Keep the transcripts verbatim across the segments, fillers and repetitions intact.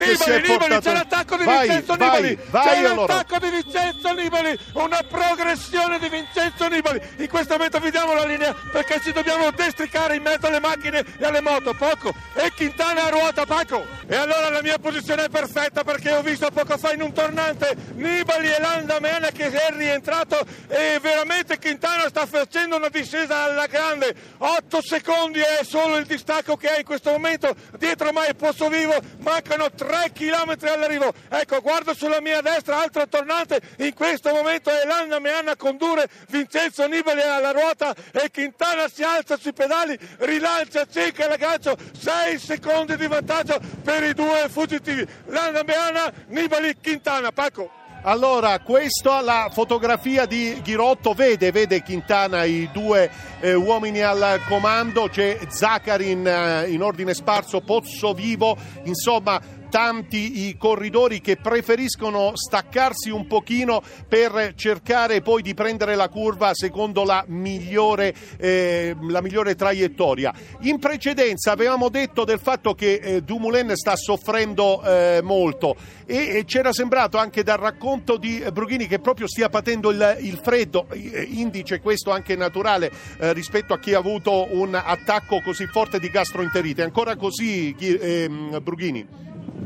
Nibali, Nibali, c'è l'attacco di vai, Vincenzo vai, Nibali, vai, c'è allora. l'attacco di Vincenzo Nibali, una progressione di Vincenzo Nibali. In questo momento vediamo la linea perché ci dobbiamo destricare in mezzo alle macchine e alle moto, Poco, e Quintana a ruota, Paco. E allora la mia posizione è perfetta perché ho visto poco fa in un tornante Nibali e Landa Meana che è rientrato e veramente Quintana sta facendo una discesa alla grande. otto secondi è solo il distacco che ha in questo momento, dietro mai Pozzo Vivo, mancano tre chilometri all'arrivo. Ecco, guardo sulla mia destra, altro tornante, in questo momento è Landa Meana a condurre, Vincenzo Nibali alla ruota e Quintana si alza sui pedali, rilancia, cerca l'aggancio, sei secondi di vantaggio per i due fuggitivi. Landa Meana, Nibali, Quintana, Paco. Allora, questa è la fotografia di Ghirotto, vede, vede Quintana, i due eh, uomini al comando, c'è Zaccarin eh, in ordine sparso, Pozzo Vivo, insomma tanti i corridori che preferiscono staccarsi un pochino per cercare poi di prendere la curva secondo la migliore, eh, la migliore traiettoria. In precedenza avevamo detto del fatto che eh, Dumoulin sta soffrendo eh, molto e, e c'era sembrato anche dal racconto di Brughini che proprio stia patendo il, il freddo, indice questo anche naturale eh, rispetto a chi ha avuto un attacco così forte di gastroenterite. Ancora così eh, Brughini?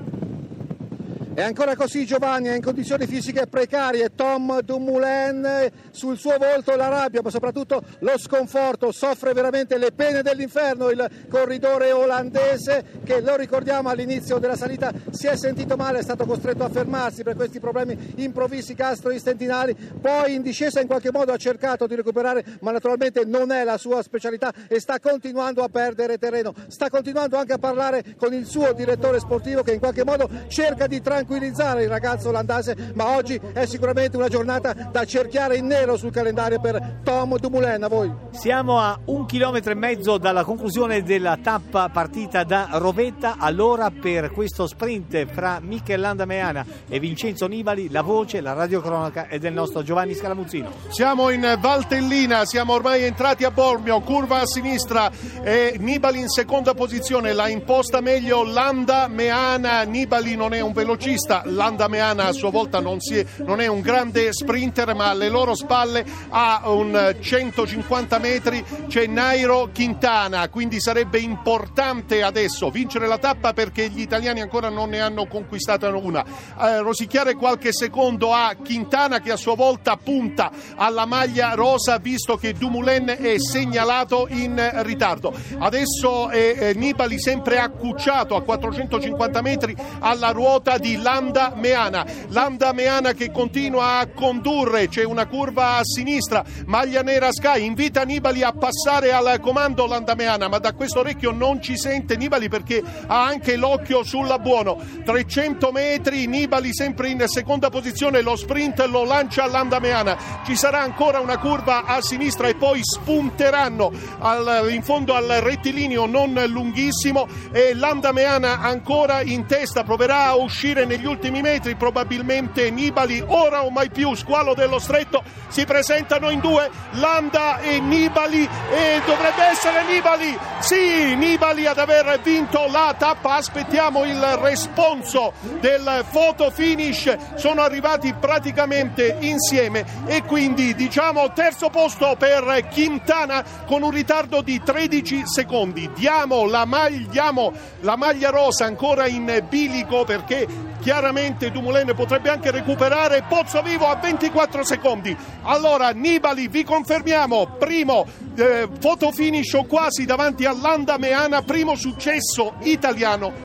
È ancora così Giovanni, è in condizioni fisiche precarie. Tom Dumoulin, sul suo volto la rabbia ma soprattutto lo sconforto, soffre veramente le pene dell'inferno il corridore olandese che, lo ricordiamo, all'inizio della salita si è sentito male, è stato costretto a fermarsi per questi problemi improvvisi gastrointestinali, poi in discesa in qualche modo ha cercato di recuperare ma naturalmente non è la sua specialità e sta continuando a perdere terreno, sta continuando anche a parlare con il suo direttore sportivo che in qualche modo cerca di tranquillizzare tranquillizzare il ragazzo olandese, ma oggi è sicuramente una giornata da cerchiare in nero sul calendario per Tom Dumoulin. A voi. Siamo a un chilometro e mezzo dalla conclusione della tappa partita da Rovetta. Allora, per questo sprint fra Mikel Landa Meana e Vincenzo Nibali, la voce, la radiocronaca è del nostro Giovanni Scalamuzzino. Siamo in Valtellina, siamo ormai entrati a Bormio, curva a sinistra e Nibali in seconda posizione, la imposta meglio Landa Meana. Nibali non è un velocista, Landa Meana a sua volta non, si è, non è un grande sprinter, ma alle loro spalle a un centocinquanta metri c'è Nairo Quintana, quindi sarebbe importante adesso vincere la tappa perché gli italiani ancora non ne hanno conquistata una. Eh, rosicchiare qualche secondo a Quintana che a sua volta punta alla maglia rosa visto che Dumoulin è segnalato in ritardo. Adesso è, è Nibali sempre accucciato a quattrocentocinquanta metri alla ruota di Landa Meana. Landa Meana che continua a condurre, c'è una curva a sinistra, maglia nera Sky, invita Nibali a passare al comando Landa Meana, ma da questo orecchio non ci sente Nibali perché ha anche l'occhio sulla buono. trecento metri, Nibali sempre in seconda posizione, lo sprint lo lancia Landa Meana, ci sarà ancora una curva a sinistra e poi spunteranno al, in fondo al rettilineo non lunghissimo e Landa Meana ancora in testa, proverà a uscire negli ultimi metri, probabilmente Nibali ora o mai più, squalo dello stretto, si presentano in due Landa e Nibali e dovrebbe essere Nibali, sì, Nibali ad aver vinto la tappa. Aspettiamo il responso del photo finish, sono arrivati praticamente insieme e quindi diciamo terzo posto per Quintana con un ritardo di tredici secondi. Diamo la maglia, diamo la maglia rosa ancora in bilico perché chiaramente Dumoulin potrebbe anche recuperare. Pozzo Vivo a ventiquattro secondi. Allora Nibali, vi confermiamo, primo eh, photo finish o quasi davanti a Landa Meana, primo successo italiano